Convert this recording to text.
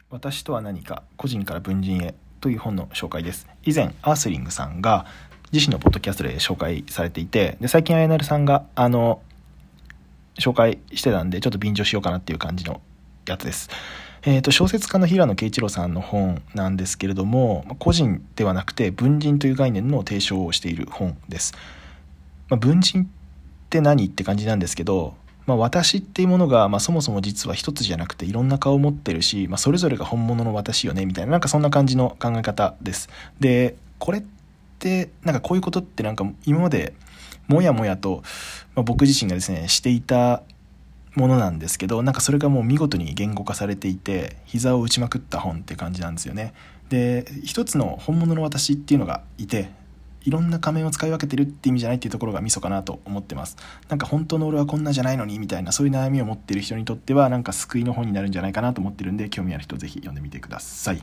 私とは何か、個人から文人へという本の紹介です。以前アースリングさんが自身のポッドキャストで紹介されていて、で最近あやなるさんが紹介してたんで、ちょっと便乗しようかなっていう感じのやつです。小説家の平野啓一郎さんの本なんですけれども、個人ではなくて文人という概念の提唱をしている本です。文人って何って感じなんですけど、私っていうものが、そもそも実は一つじゃなくていろんな顔を持ってるし、それぞれが本物の私よねみたいな、なんかそんな感じの考え方です。でこれってなんかこういうことってなんか今までもやもやと、僕自身がですねしていたものなんですけど、なんかそれがもう見事に言語化されていて、膝を打ちまくった本って感じなんですよね。で一つの本物の私っていうのがいて、いろんな仮面を使い分けてるって意味じゃないっていうところがミソかなと思ってます。なんか本当の俺はこんなじゃないのにみたいな、そういう悩みを持っている人にとってはなんか救いの本になるんじゃないかなと思ってるんで、興味ある人ぜひ読んでみてください。